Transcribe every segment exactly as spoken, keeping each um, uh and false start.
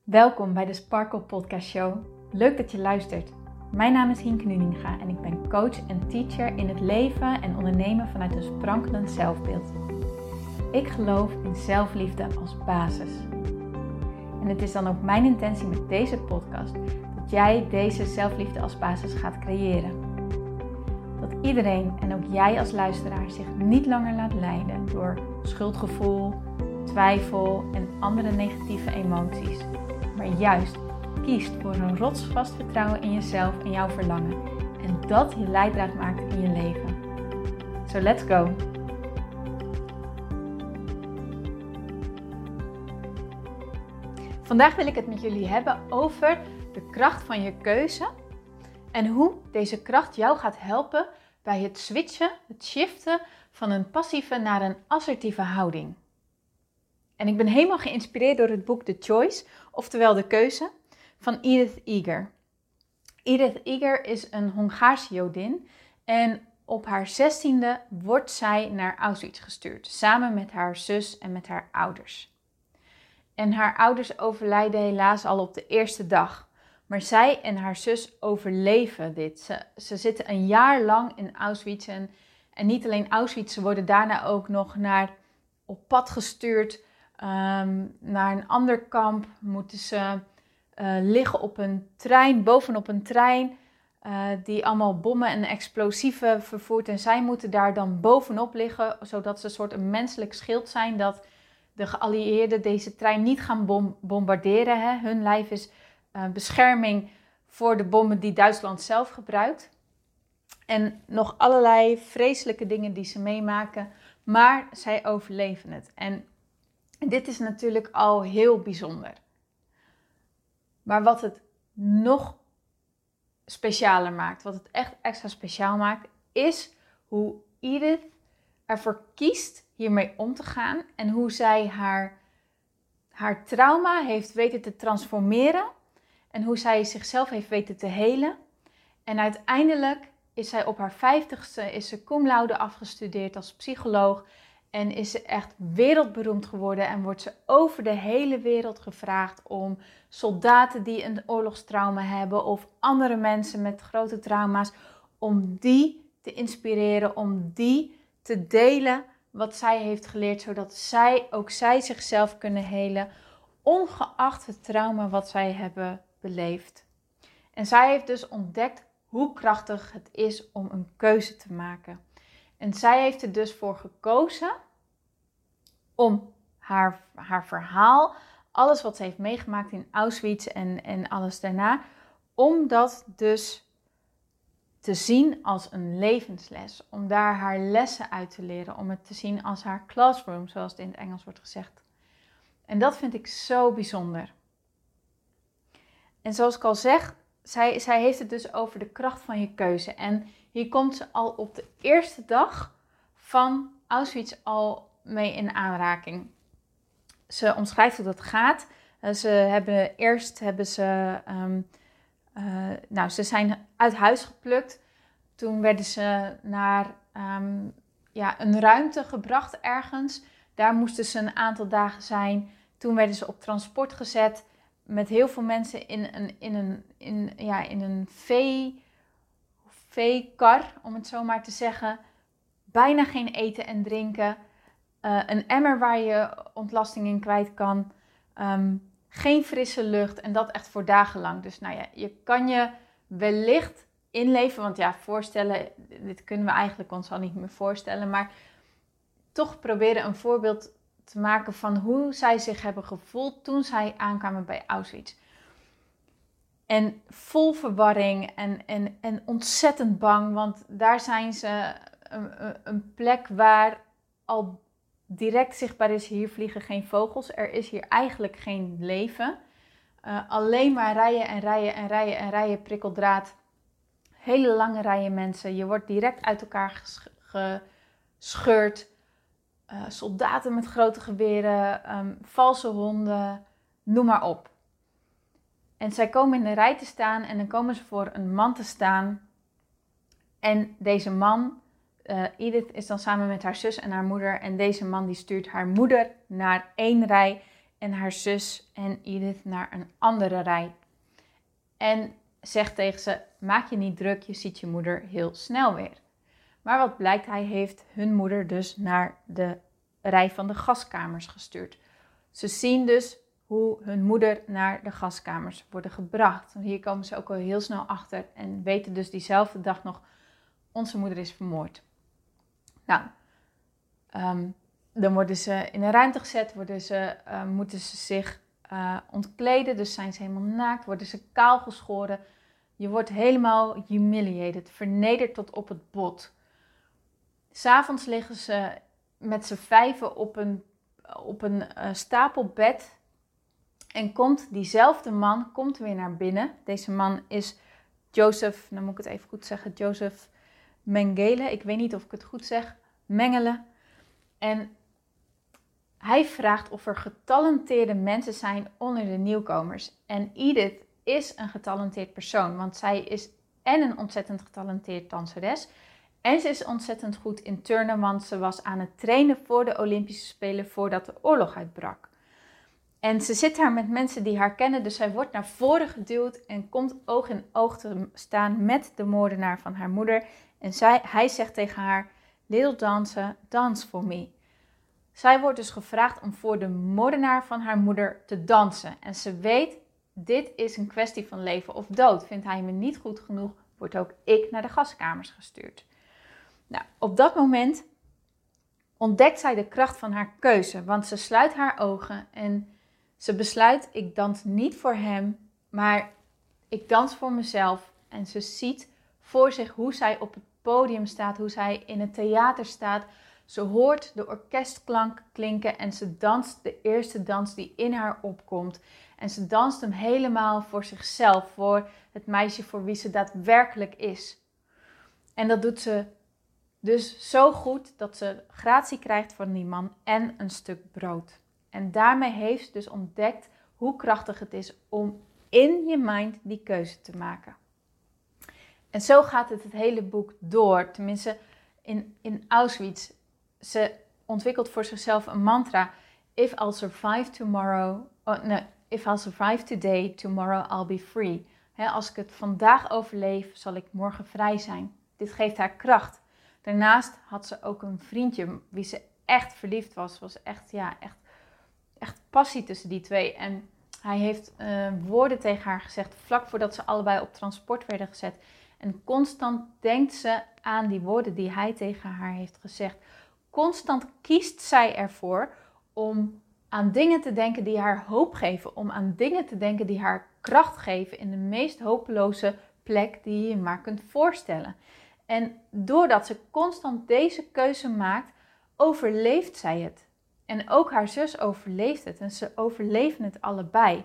Welkom bij de Sparkle Podcast Show. Leuk dat je luistert. Mijn naam is Hienke Nuninga en ik ben coach en teacher in het leven en ondernemen vanuit een sprankelend zelfbeeld. Ik geloof in zelfliefde als basis. En het is dan ook mijn intentie met deze podcast dat jij deze zelfliefde als basis gaat creëren. Dat iedereen en ook jij als luisteraar zich niet langer laat leiden door schuldgevoel, twijfel en andere negatieve emoties. Maar juist kiest voor een rotsvast vertrouwen in jezelf en jouw verlangen. En dat je leidraad maakt in je leven. So let's go! Vandaag wil ik het met jullie hebben over de kracht van je keuze. En hoe deze kracht jou gaat helpen bij het switchen, het shiften van een passieve naar een assertieve houding. En ik ben helemaal geïnspireerd door het boek The Choice, oftewel De Keuze, van Edith Eger. Edith Eger is een Hongaarse Jodin en op haar zestiende wordt zij naar Auschwitz gestuurd, samen met haar zus en met haar ouders. En haar ouders overlijden helaas al op de eerste dag, maar zij en haar zus overleven dit. Ze, ze zitten een jaar lang in Auschwitz en, en niet alleen Auschwitz, ze worden daarna ook nog naar, op pad gestuurd. Um, naar een ander kamp moeten ze uh, liggen op een trein, bovenop een trein uh, die allemaal bommen en explosieven vervoert. En zij moeten daar dan bovenop liggen, zodat ze een soort een menselijk schild zijn dat de geallieerden deze trein niet gaan bom- bombarderen. Hè. Hun lijf is uh, bescherming voor de bommen die Duitsland zelf gebruikt. En nog allerlei vreselijke dingen die ze meemaken, maar zij overleven het. En dit is natuurlijk al heel bijzonder. Maar wat het nog specialer maakt, wat het echt extra speciaal maakt, is hoe Edith ervoor kiest hiermee om te gaan en hoe zij haar, haar trauma heeft weten te transformeren en hoe zij zichzelf heeft weten te helen. En uiteindelijk is zij op haar vijftigste is ze cum laude afgestudeerd als psycholoog. En is ze echt wereldberoemd geworden en wordt ze over de hele wereld gevraagd om soldaten die een oorlogstrauma hebben of andere mensen met grote trauma's, om die te inspireren, om die te delen wat zij heeft geleerd, zodat zij, ook zij zichzelf kunnen helen, ongeacht het trauma wat zij hebben beleefd. En zij heeft dus ontdekt hoe krachtig het is om een keuze te maken. En zij heeft er dus voor gekozen om haar, haar verhaal, alles wat ze heeft meegemaakt in Auschwitz en, en alles daarna, om dat dus te zien als een levensles. Om daar haar lessen uit te leren, om het te zien als haar classroom, zoals het in het Engels wordt gezegd. En dat vind ik zo bijzonder. En zoals ik al zeg, zij, zij heeft het dus over de kracht van je keuze. En hier komt ze al op de eerste dag van Auschwitz al mee in aanraking. Ze omschrijft hoe dat gaat. Uh, ze hebben eerst hebben ze, um, uh, nou, ze zijn uit huis geplukt. Toen werden ze naar um, ja, een ruimte gebracht ergens. Daar moesten ze een aantal dagen zijn. Toen werden ze op transport gezet met heel veel mensen in een, in een, in, ja, in een vee, veekar, om het zo maar te zeggen. Bijna geen eten en drinken. Uh, een emmer waar je ontlasting in kwijt kan. Um, geen frisse lucht. En dat echt voor dagenlang. Dus nou ja, je kan je wellicht inleven. Want ja, voorstellen, dit kunnen we eigenlijk ons al niet meer voorstellen. Maar toch proberen een voorbeeld te maken van hoe zij zich hebben gevoeld toen zij aankwamen bij Auschwitz. En vol verwarring en, en, en ontzettend bang. Want daar zijn ze een, een plek waar al direct zichtbaar is, hier vliegen geen vogels. Er is hier eigenlijk geen leven. Uh, alleen maar rijen en rijen en rijen en rijen prikkeldraad. Hele lange rijen mensen. Je wordt direct uit elkaar gescheurd. Uh, soldaten met grote geweren, um, valse honden, noem maar op. En zij komen in de rij te staan en dan komen ze voor een man te staan. En deze man, uh, Edith is dan samen met haar zus en haar moeder. En deze man die stuurt haar moeder naar één rij en haar zus en Edith naar een andere rij. En zegt tegen ze, maak je niet druk, je ziet je moeder heel snel weer. Maar wat blijkt, hij heeft hun moeder dus naar de rij van de gaskamers gestuurd. Ze zien dus hoe hun moeder naar de gaskamers worden gebracht. Hier komen ze ook al heel snel achter en weten dus diezelfde dag nog, onze moeder is vermoord. Nou, um, dan worden ze in een ruimte gezet, worden ze, uh, moeten ze zich uh, ontkleden, dus zijn ze helemaal naakt, worden ze kaal geschoren. Je wordt helemaal humiliated, vernederd tot op het bot. 'S Avonds liggen ze met z'n vijven op een, op een uh, stapelbed. En komt diezelfde man komt weer naar binnen. Deze man is Joseph, dan moet ik het even goed zeggen, Joseph Mengele. Ik weet niet of ik het goed zeg. Mengele. En hij vraagt of er getalenteerde mensen zijn onder de nieuwkomers. En Edith is een getalenteerd persoon, want zij is en een ontzettend getalenteerd danseres. En ze is ontzettend goed in turnen, want ze was aan het trainen voor de Olympische Spelen voordat de oorlog uitbrak. En ze zit daar met mensen die haar kennen, dus zij wordt naar voren geduwd en komt oog in oog te staan met de moordenaar van haar moeder. En zij, hij zegt tegen haar, little dancer, dance for me. Zij wordt dus gevraagd om voor de moordenaar van haar moeder te dansen. En ze weet, dit is een kwestie van leven of dood. Vindt hij me niet goed genoeg, wordt ook ik naar de gaskamers gestuurd. Nou, op dat moment ontdekt zij de kracht van haar keuze, want ze sluit haar ogen en ze besluit, ik dans niet voor hem, maar ik dans voor mezelf. En ze ziet voor zich hoe zij op het podium staat, hoe zij in het theater staat. Ze hoort de orkestklank klinken en ze danst de eerste dans die in haar opkomt. En ze danst hem helemaal voor zichzelf, voor het meisje voor wie ze daadwerkelijk is. En dat doet ze dus zo goed dat ze gratie krijgt van die man en een stuk brood. En daarmee heeft ze dus ontdekt hoe krachtig het is om in je mind die keuze te maken. En zo gaat het het hele boek door. Tenminste, in, in Auschwitz. Ze ontwikkelt voor zichzelf een mantra. If I'll survive tomorrow... Oh, no, if I'll survive today, tomorrow I'll be free. He, als ik het vandaag overleef, zal ik morgen vrij zijn. Dit geeft haar kracht. Daarnaast had ze ook een vriendje wie ze echt verliefd was. was echt, ja, echt, echt passie tussen die twee. En hij heeft uh, woorden tegen haar gezegd vlak voordat ze allebei op transport werden gezet. En constant denkt ze aan die woorden die hij tegen haar heeft gezegd. Constant kiest zij ervoor om aan dingen te denken die haar hoop geven. Om aan dingen te denken die haar kracht geven in de meest hopeloze plek die je je maar kunt voorstellen. En doordat ze constant deze keuze maakt, overleeft zij het. En ook haar zus overleeft het. En ze overleven het allebei.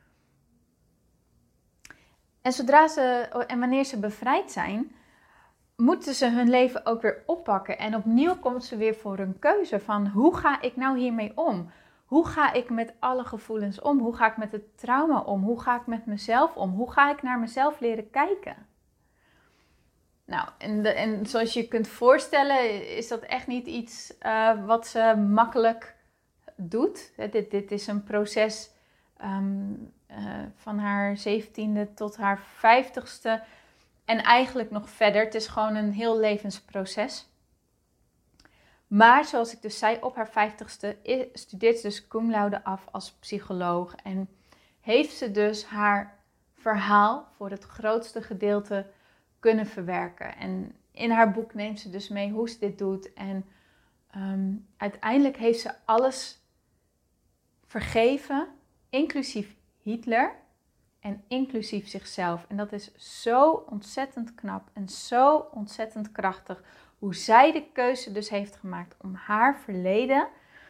En zodra ze en wanneer ze bevrijd zijn, moeten ze hun leven ook weer oppakken. En opnieuw komt ze weer voor een keuze van hoe ga ik nou hiermee om? Hoe ga ik met alle gevoelens om? Hoe ga ik met het trauma om? Hoe ga ik met mezelf om? Hoe ga ik naar mezelf leren kijken? Nou, en, de, en zoals je kunt voorstellen is dat echt niet iets uh, wat ze makkelijk doet. Dit, dit is een proces um, uh, van haar zeventiende tot haar vijftigste en eigenlijk nog verder. Het is gewoon een heel levensproces. Maar zoals ik dus zei, op haar vijftigste studeert ze dus cum laude af als psycholoog. En heeft ze dus haar verhaal voor het grootste gedeelte kunnen verwerken. En in haar boek neemt ze dus mee hoe ze dit doet. En um, uiteindelijk heeft ze alles vergeven, inclusief Hitler en inclusief zichzelf. En dat is zo ontzettend knap en zo ontzettend krachtig. Hoe zij de keuze dus heeft gemaakt om haar verleden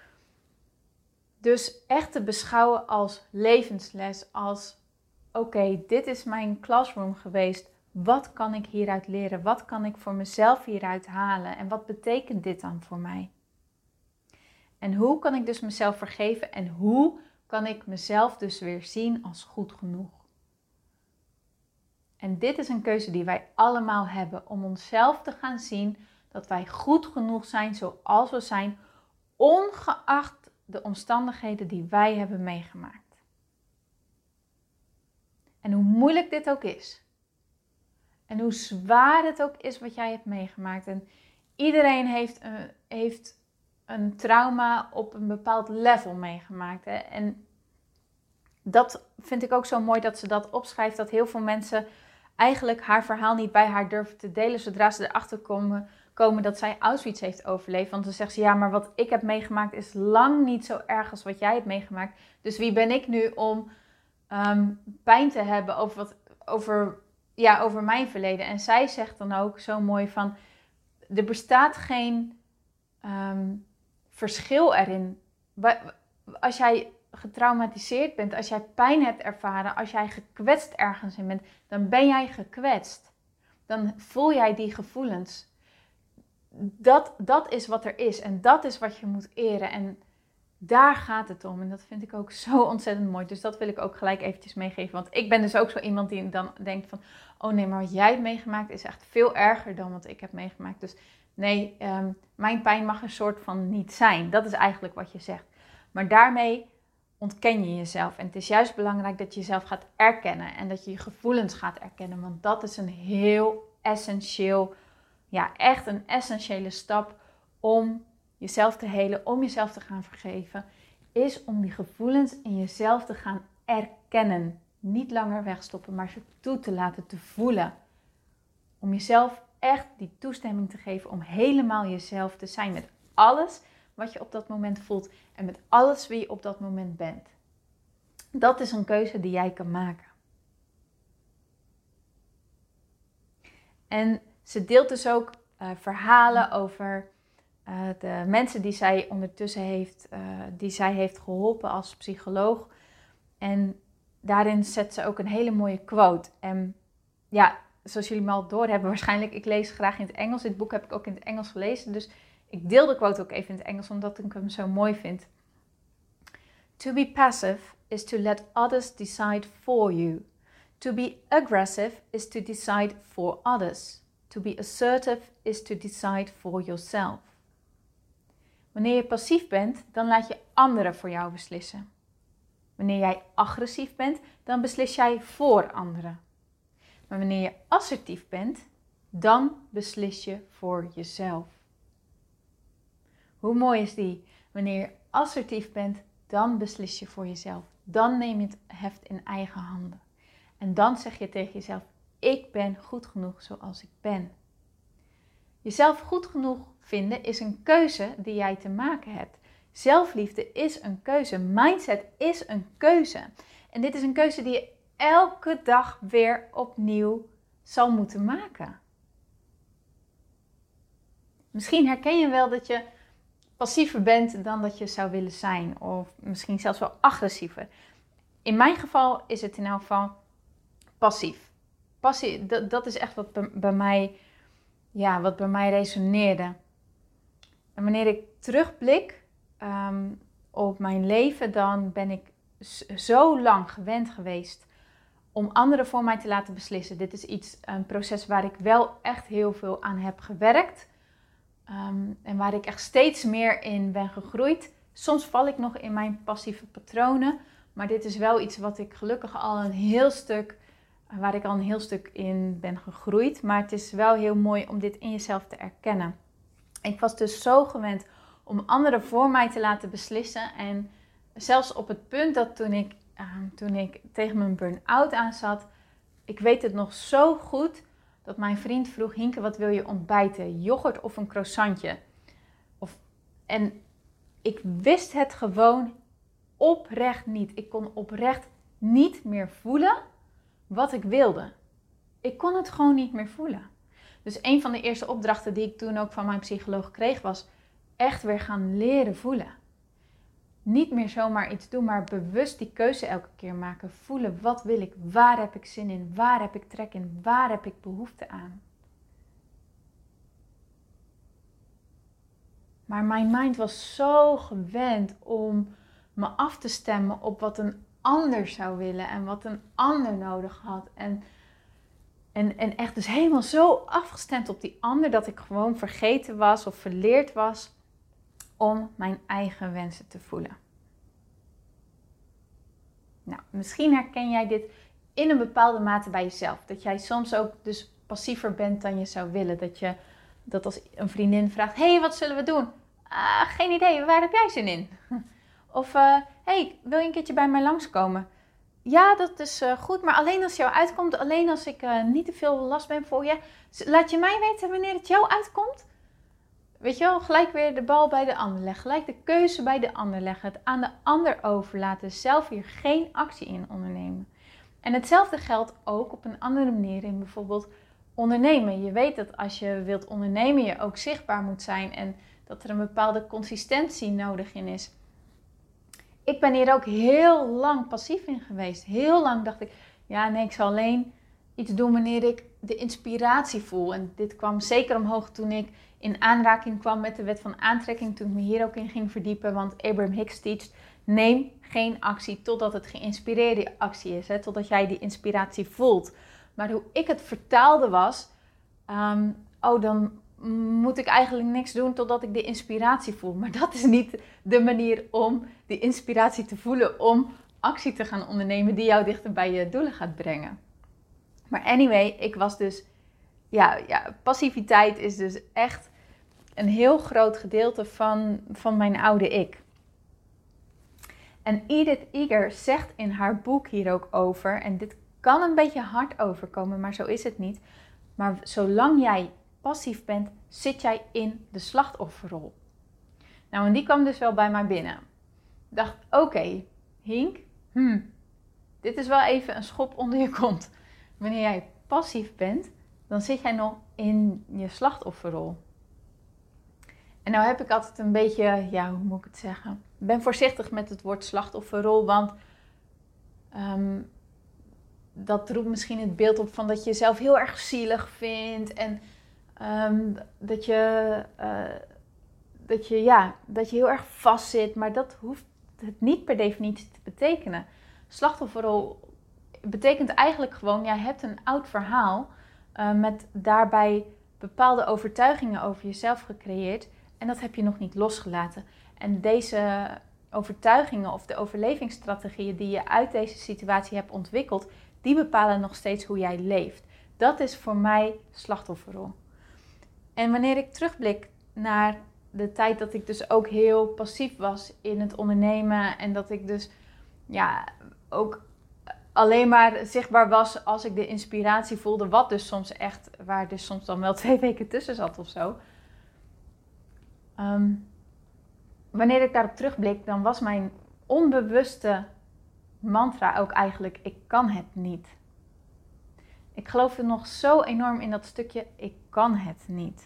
dus echt te beschouwen als levensles. Als oké, okay, dit is mijn classroom geweest. Wat kan ik hieruit leren? Wat kan ik voor mezelf hieruit halen? En wat betekent dit dan voor mij? En hoe kan ik dus mezelf vergeven? En hoe kan ik mezelf dus weer zien als goed genoeg? En dit is een keuze die wij allemaal hebben. Om onszelf te gaan zien dat wij goed genoeg zijn zoals we zijn. Ongeacht de omstandigheden die wij hebben meegemaakt. En hoe moeilijk dit ook is. En hoe zwaar het ook is wat jij hebt meegemaakt. En iedereen heeft een, heeft een trauma op een bepaald level meegemaakt. Hè? En dat vind ik ook zo mooi dat ze dat opschrijft. Dat heel veel mensen eigenlijk haar verhaal niet bij haar durven te delen. Zodra ze erachter komen, komen dat zij Auschwitz heeft overleefd. Want dan zegt ze, ja, maar wat ik heb meegemaakt is lang niet zo erg als wat jij hebt meegemaakt. Dus wie ben ik nu om um, pijn te hebben over, wat, over, ja, over mijn verleden? En zij zegt dan ook zo mooi van, er bestaat geen um, verschil erin. Als jij getraumatiseerd bent, als jij pijn hebt ervaren, als jij gekwetst ergens in bent, dan ben jij gekwetst. Dan voel jij die gevoelens. Dat, dat is wat er is en dat is wat je moet eren en daar gaat het om. En dat vind ik ook zo ontzettend mooi. Dus dat wil ik ook gelijk eventjes meegeven. Want ik ben dus ook zo iemand die dan denkt van, oh nee, maar wat jij hebt meegemaakt is echt veel erger dan wat ik heb meegemaakt. Dus nee, um, mijn pijn mag een soort van niet zijn. Dat is eigenlijk wat je zegt. Maar daarmee ontken je jezelf. En het is juist belangrijk dat je jezelf gaat erkennen. En dat je je gevoelens gaat erkennen. Want dat is een heel essentieel, ja, echt een essentiële stap om jezelf te helen, om jezelf te gaan vergeven. Is om die gevoelens in jezelf te gaan erkennen. Niet langer wegstoppen, maar ze toe te laten, te voelen. Om jezelf echt die toestemming te geven om helemaal jezelf te zijn. Met alles wat je op dat moment voelt. En met alles wie je op dat moment bent. Dat is een keuze die jij kan maken. En ze deelt dus ook uh, verhalen over uh, de mensen die zij ondertussen heeft, uh, die zij heeft geholpen als psycholoog. En daarin zet ze ook een hele mooie quote. En ja, zoals jullie me al doorhebben waarschijnlijk, ik lees graag in het Engels. Dit boek heb ik ook in het Engels gelezen. Dus ik deel de quote ook even in het Engels, omdat ik hem zo mooi vind. To be passive is to let others decide for you. To be aggressive is to decide for others. To be assertive is to decide for yourself. Wanneer je passief bent, dan laat je anderen voor jou beslissen. Wanneer jij agressief bent, dan beslis jij voor anderen. Maar wanneer je assertief bent, dan beslis je voor jezelf. Hoe mooi is die? Wanneer je assertief bent, dan beslis je voor jezelf. Dan neem je het heft in eigen handen. En dan zeg je tegen jezelf, ik ben goed genoeg zoals ik ben. Jezelf goed genoeg vinden is een keuze die jij te maken hebt. Zelfliefde is een keuze. Mindset is een keuze. En dit is een keuze die je elke dag weer opnieuw zal moeten maken. Misschien herken je wel dat je passiever bent dan dat je zou willen zijn. Of misschien zelfs wel agressiever. In mijn geval is het in elk geval passief. Passie, dat, dat is echt wat bij, bij mij, ja, wat bij mij resoneerde. En wanneer ik terugblik um, op mijn leven, dan ben ik zo lang gewend geweest om anderen voor mij te laten beslissen. Dit is iets, een proces waar ik wel echt heel veel aan heb gewerkt. Um, en waar ik echt steeds meer in ben gegroeid. Soms val ik nog in mijn passieve patronen. Maar dit is wel iets wat ik gelukkig al een heel stuk, waar ik al een heel stuk in ben gegroeid. Maar het is wel heel mooi om dit in jezelf te erkennen. Ik was dus zo gewend om anderen voor mij te laten beslissen. En zelfs op het punt dat toen ik, uh, toen ik tegen mijn burn-out aan zat, ik weet het nog zo goed, dat mijn vriend vroeg, Hienke, wat wil je ontbijten? Yoghurt of een croissantje? Of, en ik wist het gewoon oprecht niet. Ik kon oprecht niet meer voelen wat ik wilde. Ik kon het gewoon niet meer voelen. Dus een van de eerste opdrachten die ik toen ook van mijn psycholoog kreeg was echt weer gaan leren voelen. Niet meer zomaar iets doen, maar bewust die keuze elke keer maken. Voelen, wat wil ik? Waar heb ik zin in? Waar heb ik trek in? Waar heb ik behoefte aan? Maar mijn mind was zo gewend om me af te stemmen op wat een ander zou willen en wat een ander nodig had. En, en, en echt dus helemaal zo afgestemd op die ander dat ik gewoon vergeten was of verleerd was om mijn eigen wensen te voelen. Nou, misschien herken jij dit in een bepaalde mate bij jezelf. Dat jij soms ook dus passiever bent dan je zou willen. Dat je dat als een vriendin vraagt, hé, hey, wat zullen we doen? Ah, geen idee, waar heb jij zin in? Of, hé, uh, hey, wil je een keertje bij mij langskomen? Ja, dat is uh, goed, maar alleen als het jou uitkomt. Alleen als ik uh, niet te veel last ben voor je. Laat je mij weten wanneer het jou uitkomt. Weet je wel, gelijk weer de bal bij de ander leggen. Gelijk de keuze bij de ander leggen. Het aan de ander overlaten. Zelf hier geen actie in ondernemen. En hetzelfde geldt ook op een andere manier in bijvoorbeeld ondernemen. Je weet dat als je wilt ondernemen je ook zichtbaar moet zijn. En dat er een bepaalde consistentie nodig in is. Ik ben hier ook heel lang passief in geweest. Heel lang dacht ik, ja nee, ik zal alleen iets doen wanneer ik de inspiratie voel. En dit kwam zeker omhoog toen ik in aanraking kwam met de wet van aantrekking. Toen ik me hier ook in ging verdiepen. Want Abraham Hicks teacht, neem geen actie totdat het geïnspireerde actie is. Hè? Totdat jij die inspiratie voelt. Maar hoe ik het vertaalde was, um, oh dan moet ik eigenlijk niks doen totdat ik de inspiratie voel. Maar dat is niet de manier om die inspiratie te voelen, om actie te gaan ondernemen die jou dichter bij je doelen gaat brengen. Maar anyway, ik was dus, ja, ja passiviteit is dus echt een heel groot gedeelte van, van mijn oude ik. En Edith Eger zegt in haar boek hier ook over, en dit kan een beetje hard overkomen, maar zo is het niet. Maar zolang jij passief bent, zit jij in de slachtofferrol. Nou, en die kwam dus wel bij mij binnen. Ik dacht, oké, okay, Hink, hmm, dit is wel even een schop onder je kont. Wanneer jij passief bent, dan zit jij nog in je slachtofferrol. En nou heb ik altijd een beetje, ja, hoe moet ik het zeggen? Ik ben voorzichtig met het woord slachtofferrol, want um, dat roept misschien het beeld op van dat je jezelf heel erg zielig vindt en um, dat je, uh, dat je, ja, dat je heel erg vastzit, maar dat hoeft het niet per definitie te betekenen. Slachtofferrol betekent eigenlijk gewoon, jij hebt een oud verhaal uh, met daarbij bepaalde overtuigingen over jezelf gecreëerd en dat heb je nog niet losgelaten. En deze overtuigingen of de overlevingsstrategieën die je uit deze situatie hebt ontwikkeld, die bepalen nog steeds hoe jij leeft. Dat is voor mij slachtofferrol. En wanneer ik terugblik naar de tijd dat ik dus ook heel passief was in het ondernemen en dat ik dus ja ook alleen maar zichtbaar was als ik de inspiratie voelde, wat dus soms echt, waar dus soms dan wel twee weken tussen zat of zo. Um, wanneer ik daarop terugblik, dan was mijn onbewuste mantra ook eigenlijk, ik kan het niet. Ik geloofde nog zo enorm in dat stukje, ik kan het niet.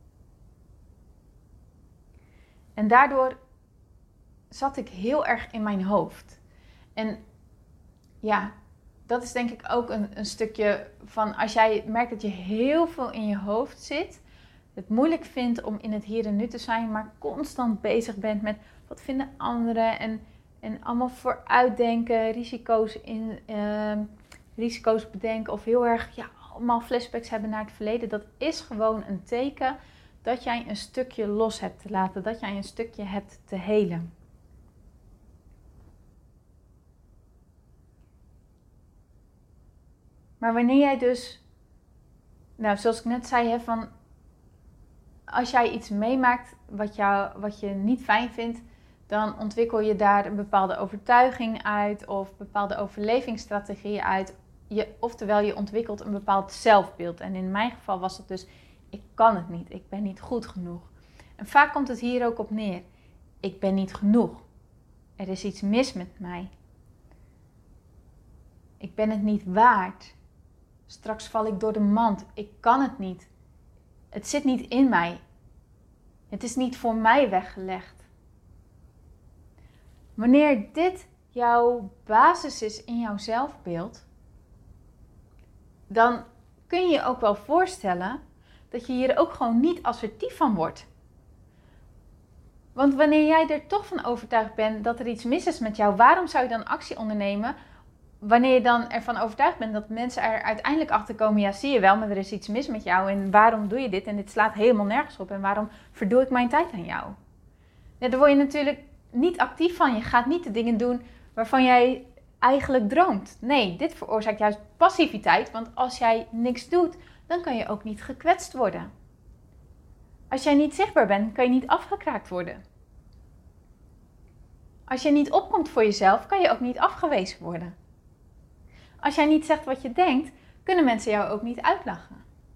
En daardoor zat ik heel erg in mijn hoofd. En ja, dat is denk ik ook een, een stukje van als jij merkt dat je heel veel in je hoofd zit, het moeilijk vindt om in het hier en nu te zijn, maar constant bezig bent met wat vinden anderen en, en allemaal vooruitdenken, risico's, in, uh, risico's bedenken of heel erg ja, allemaal flashbacks hebben naar het verleden. Dat is gewoon een teken dat jij een stukje los hebt te laten, dat jij een stukje hebt te helen. Maar wanneer jij dus, nou zoals ik net zei, hè, van als jij iets meemaakt wat, jou, wat je niet fijn vindt, dan ontwikkel je daar een bepaalde overtuiging uit of bepaalde overlevingsstrategieën uit. Je, oftewel, je ontwikkelt een bepaald zelfbeeld. En in mijn geval was het dus, ik kan het niet, ik ben niet goed genoeg. En vaak komt het hier ook op neer. Ik ben niet genoeg. Er is iets mis met mij. Ik ben het niet waard. Straks val ik door de mand. Ik kan het niet. Het zit niet in mij. Het is niet voor mij weggelegd. Wanneer dit jouw basis is in jouw zelfbeeld, dan kun je je ook wel voorstellen dat je hier ook gewoon niet assertief van wordt. Want wanneer jij er toch van overtuigd bent dat er iets mis is met jou, waarom zou je dan actie ondernemen? Wanneer je dan ervan overtuigd bent dat mensen er uiteindelijk achter komen, ja zie je wel, maar er is iets mis met jou en waarom doe je dit en dit slaat helemaal nergens op en waarom verdoe ik mijn tijd aan jou? Ja, daar word je natuurlijk niet actief van. Je gaat niet de dingen doen waarvan jij eigenlijk droomt. Nee, dit veroorzaakt juist passiviteit, want als jij niks doet, dan kan je ook niet gekwetst worden. Als jij niet zichtbaar bent, kan je niet afgekraakt worden. Als je niet opkomt voor jezelf, kan je ook niet afgewezen worden. Als jij niet zegt wat je denkt, kunnen mensen jou ook niet uitlachen.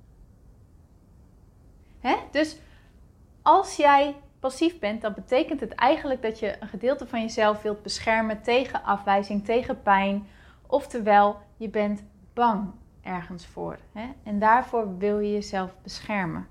Hè? Dus als jij passief bent, dan betekent het eigenlijk dat je een gedeelte van jezelf wilt beschermen tegen afwijzing, tegen pijn. Oftewel, je bent bang ergens voor. Hè? En daarvoor wil je jezelf beschermen.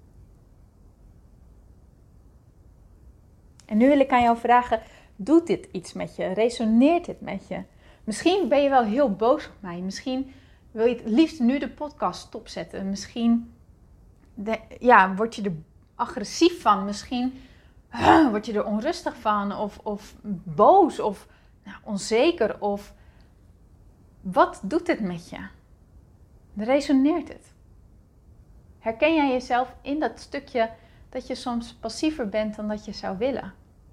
En nu wil ik aan jou vragen, doet dit iets met je? Resoneert dit met je? Misschien ben je wel heel boos op mij. Misschien wil je het liefst nu de podcast stopzetten. Misschien de, ja, word je er agressief van. Misschien uh, word je er onrustig van. Of, of boos. Of nou, onzeker. Of wat doet het met je? Resoneert het? Herken jij jezelf in dat stukje dat je soms passiever bent dan dat je zou willen?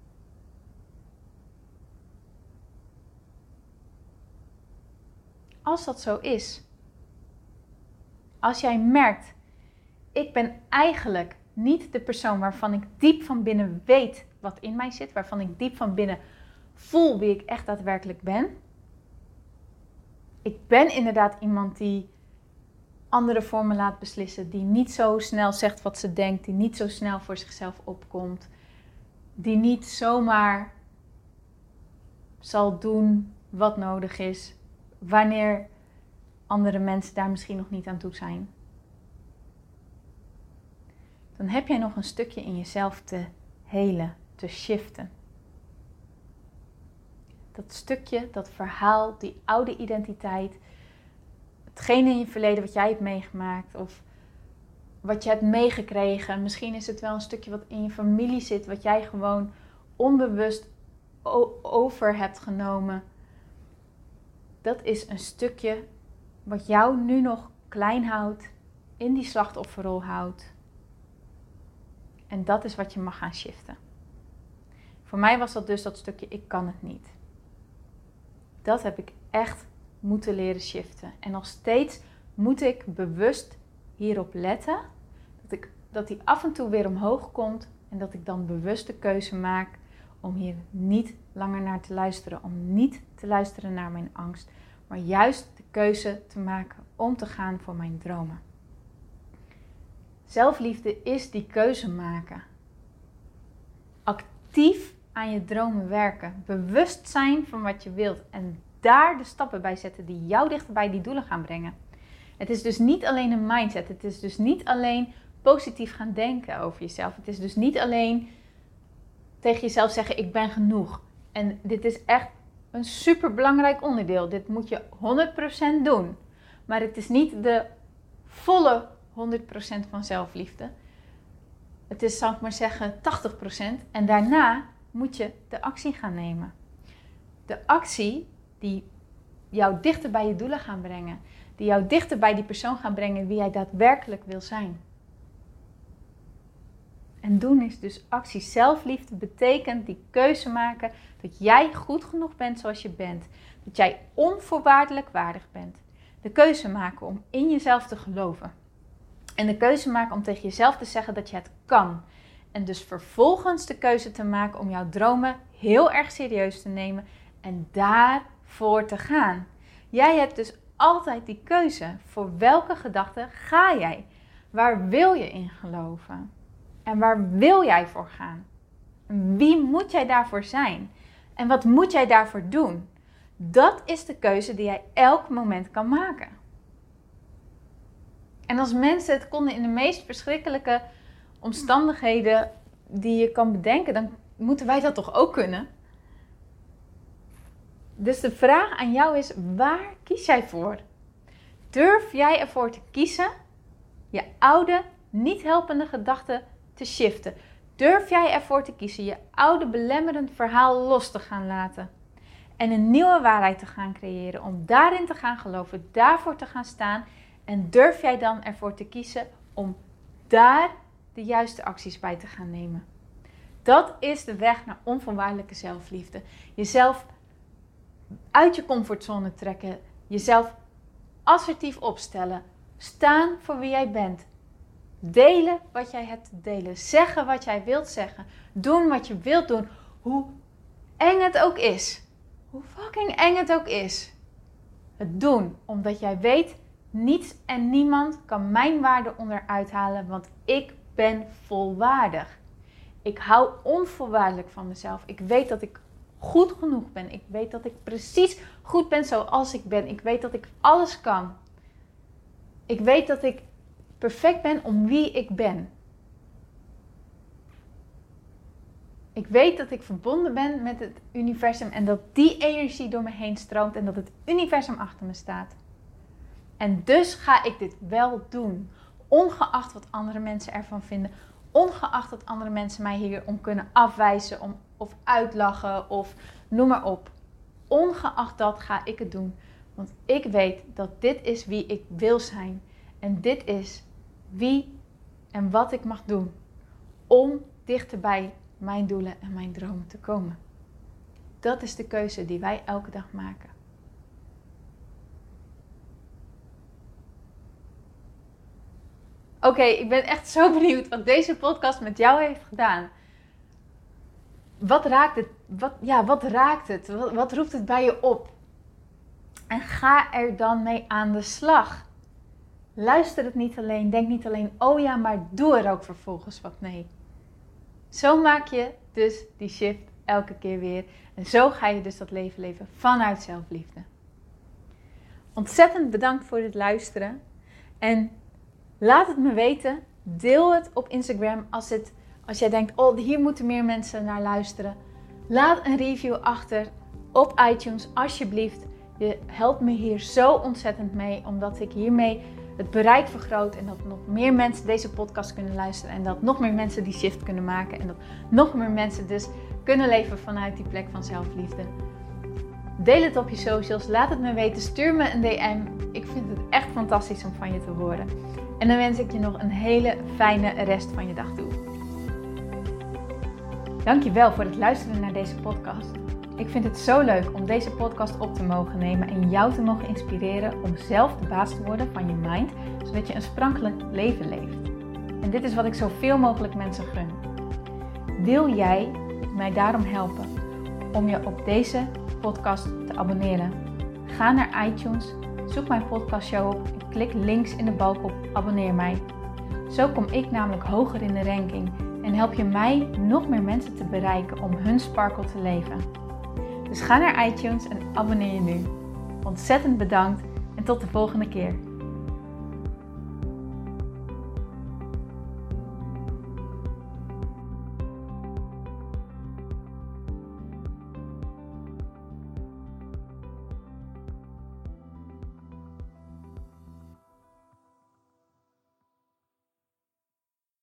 Als dat zo is, als jij merkt, ik ben eigenlijk niet de persoon waarvan ik diep van binnen weet wat in mij zit, waarvan ik diep van binnen voel wie ik echt daadwerkelijk ben. Ik ben inderdaad iemand die anderen voor me laat beslissen, die niet zo snel zegt wat ze denkt, die niet zo snel voor zichzelf opkomt, die niet zomaar zal doen wat nodig is, wanneer andere mensen daar misschien nog niet aan toe zijn. Dan heb jij nog een stukje in jezelf te helen, te shiften. Dat stukje, dat verhaal, die oude identiteit, hetgene in je verleden wat jij hebt meegemaakt of wat je hebt meegekregen. Misschien is het wel een stukje wat in je familie zit, wat jij gewoon onbewust o- over hebt genomen. Dat is een stukje wat jou nu nog klein houdt, in die slachtofferrol houdt. En dat is wat je mag gaan shiften. Voor mij was dat dus dat stukje, ik kan het niet. Dat heb ik echt moeten leren shiften. En nog steeds moet ik bewust hierop letten. Dat, ik, dat die af en toe weer omhoog komt. En dat ik dan bewust de keuze maak om hier niet langer naar te luisteren. Om niet te luisteren naar mijn angst. Maar juist de keuze te maken om te gaan voor mijn dromen. Zelfliefde is die keuze maken. Actief aan je dromen werken. Bewust zijn van wat je wilt. En daar de stappen bij zetten die jou dichter bij die doelen gaan brengen. Het is dus niet alleen een mindset. Het is dus niet alleen positief gaan denken over jezelf. Het is dus niet alleen tegen jezelf zeggen, ik ben genoeg. En dit is echt een superbelangrijk onderdeel. Dit moet je honderd procent doen. Maar het is niet de volle honderd procent van zelfliefde. Het is, zal ik maar zeggen, tachtig procent. En daarna moet je de actie gaan nemen. De actie die jou dichter bij je doelen gaan brengen. Die jou dichter bij die persoon gaan brengen wie jij daadwerkelijk wil zijn. En doen is dus actie. Zelfliefde betekent die keuze maken dat jij goed genoeg bent zoals je bent. Dat jij onvoorwaardelijk waardig bent. De keuze maken om in jezelf te geloven. En de keuze maken om tegen jezelf te zeggen dat je het kan. En dus vervolgens de keuze te maken om jouw dromen heel erg serieus te nemen en daarvoor te gaan. Jij hebt dus altijd die keuze. Voor welke gedachte ga jij? Waar wil je in geloven? En waar wil jij voor gaan? En wie moet jij daarvoor zijn? En wat moet jij daarvoor doen? Dat is de keuze die jij elk moment kan maken. En als mensen het konden in de meest verschrikkelijke omstandigheden die je kan bedenken, dan moeten wij dat toch ook kunnen? Dus de vraag aan jou is, waar kies jij voor? Durf jij ervoor te kiezen je oude, niet helpende gedachten te shiften? Durf jij ervoor te kiezen je oude belemmerend verhaal los te gaan laten? En een nieuwe waarheid te gaan creëren, om daarin te gaan geloven, daarvoor te gaan staan. En durf jij dan ervoor te kiezen om daar de juiste acties bij te gaan nemen? Dat is de weg naar onvoorwaardelijke zelfliefde. Jezelf uit je comfortzone trekken, jezelf assertief opstellen, staan voor wie jij bent, delen wat jij hebt te delen, zeggen wat jij wilt zeggen, doen wat je wilt doen, hoe eng het ook is, hoe fucking eng het ook is. Het doen, omdat jij weet, niets en niemand kan mijn waarde onderuit halen, want ik ben volwaardig. Ik hou onvoorwaardelijk van mezelf. Ik weet dat ik goed genoeg ben. Ik weet dat ik precies goed ben zoals ik ben. Ik weet dat ik alles kan. Ik weet dat ik perfect ben om wie ik ben. Ik weet dat ik verbonden ben met het universum en dat die energie door me heen stroomt en dat het universum achter me staat. En dus ga ik dit wel doen, ongeacht wat andere mensen ervan vinden, ongeacht dat andere mensen mij hierom kunnen afwijzen om, of uitlachen of noem maar op. Ongeacht dat ga ik het doen, want ik weet dat dit is wie ik wil zijn en dit is wie en wat ik mag doen om dichter bij mijn doelen en mijn dromen te komen. Dat is de keuze die wij elke dag maken. Oké, okay, ik ben echt zo benieuwd wat deze podcast met jou heeft gedaan. Wat raakt het? Wat, ja, wat raakt het? Wat, wat roept het bij je op? En ga er dan mee aan de slag. Luister het niet alleen, denk niet alleen, oh ja, maar doe er ook vervolgens wat mee. Zo maak je dus die shift elke keer weer. En zo ga je dus dat leven leven vanuit zelfliefde. Ontzettend bedankt voor het luisteren. En laat het me weten. Deel het op Instagram als, het, als jij denkt, oh, hier moeten meer mensen naar luisteren. Laat een review achter op iTunes, alsjeblieft. Je helpt me hier zo ontzettend mee, omdat ik hiermee het bereik vergroot en dat nog meer mensen deze podcast kunnen luisteren en dat nog meer mensen die shift kunnen maken en dat nog meer mensen dus kunnen leven vanuit die plek van zelfliefde. Deel het op je socials, laat het me weten, stuur me een D M. Ik vind het echt fantastisch om van je te horen. En dan wens ik je nog een hele fijne rest van je dag toe. Dankjewel voor het luisteren naar deze podcast. Ik vind het zo leuk om deze podcast op te mogen nemen en jou te mogen inspireren om zelf de baas te worden van je mind, zodat je een sprankelijk leven leeft. En dit is wat ik zoveel mogelijk mensen gun. Wil jij mij daarom helpen om je op deze podcast te abonneren? Ga naar iTunes, zoek mijn podcastshow op en klik links in de balk op abonneer mij. Zo kom ik namelijk hoger in de ranking en help je mij nog meer mensen te bereiken om hun sparkle te leven. Dus ga naar iTunes en abonneer je nu. Ontzettend bedankt en tot de volgende keer.